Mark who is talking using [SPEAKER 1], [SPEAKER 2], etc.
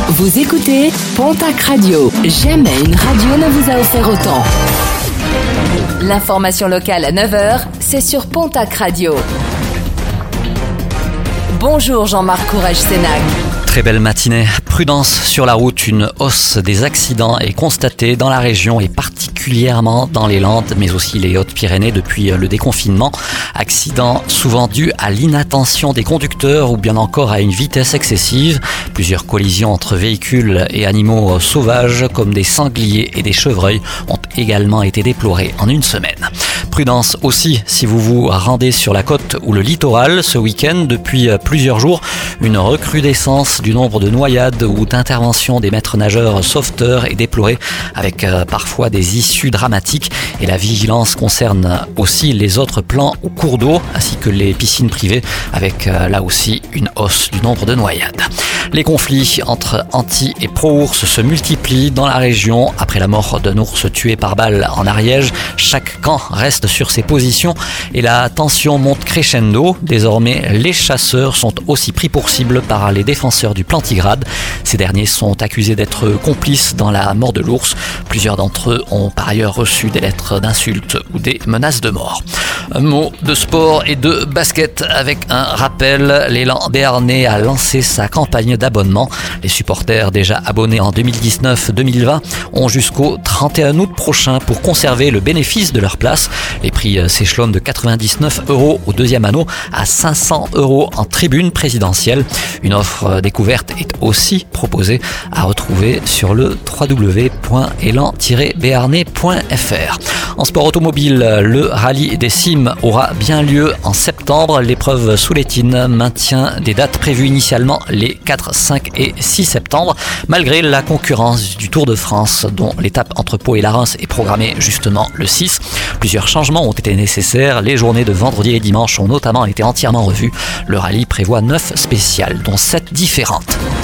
[SPEAKER 1] Vous écoutez Pontac Radio. Jamais une radio ne vous a offert autant. L'information locale à 9h, c'est sur Pontac Radio. Bonjour Jean-Marc Courage-Sénac.
[SPEAKER 2] Très belle matinée. Prudence sur la route. Une hausse des accidents est constatée dans la région et particulièrement dans les Landes, mais aussi les Hautes-Pyrénées depuis le déconfinement. Accidents souvent dus à l'inattention des conducteurs ou bien encore à une vitesse excessive. Plusieurs collisions entre véhicules et animaux sauvages comme des sangliers et des chevreuils ont également été déplorées en une semaine. Prudence aussi si vous vous rendez sur la côte ou le littoral ce week-end. Depuis plusieurs jours, une recrudescence du nombre de noyades ou d'interventions des maîtres nageurs sauveteurs est déplorée avec parfois des issues dramatiques. Et la vigilance concerne aussi les autres plans ou cours d'eau ainsi que les piscines privées avec là aussi une hausse du nombre de noyades. Les conflits entre anti et pro-ours se multiplient dans la région. Après la mort d'un ours tué par balle en Ariège, chaque camp reste sur ses positions et la tension monte crescendo. Désormais, les chasseurs sont aussi pris pour cible par les défenseurs du plantigrade. Ces derniers sont accusés d'être complices dans la mort de l'ours. Plusieurs d'entre eux ont par ailleurs reçu des lettres d'insultes ou des menaces de mort. Un mot de sport et de basket avec un rappel. L'élan béarnais a lancé sa campagne d'abonnement. Les supporters déjà abonnés en 2019-2020 ont jusqu'au 31 août prochain pour conserver le bénéfice de leur place. Les prix s'échelonnent de 99 € au deuxième anneau à 500 € en tribune présidentielle. Une offre découverte est aussi proposée à retrouver sur le www.elan-béarnais.fr. En sport automobile, le rallye des Cimes aura bien lieu en septembre. L'épreuve Soulettine maintient des dates prévues initialement les 4, 5 et 6 septembre, malgré la concurrence du Tour de France, dont l'étape entre Pau et Larens est programmée justement le 6. Plusieurs changements ont été nécessaires. Les journées de vendredi et dimanche ont notamment été entièrement revues. Le rallye prévoit 9 spéciales, dont 7 différentes.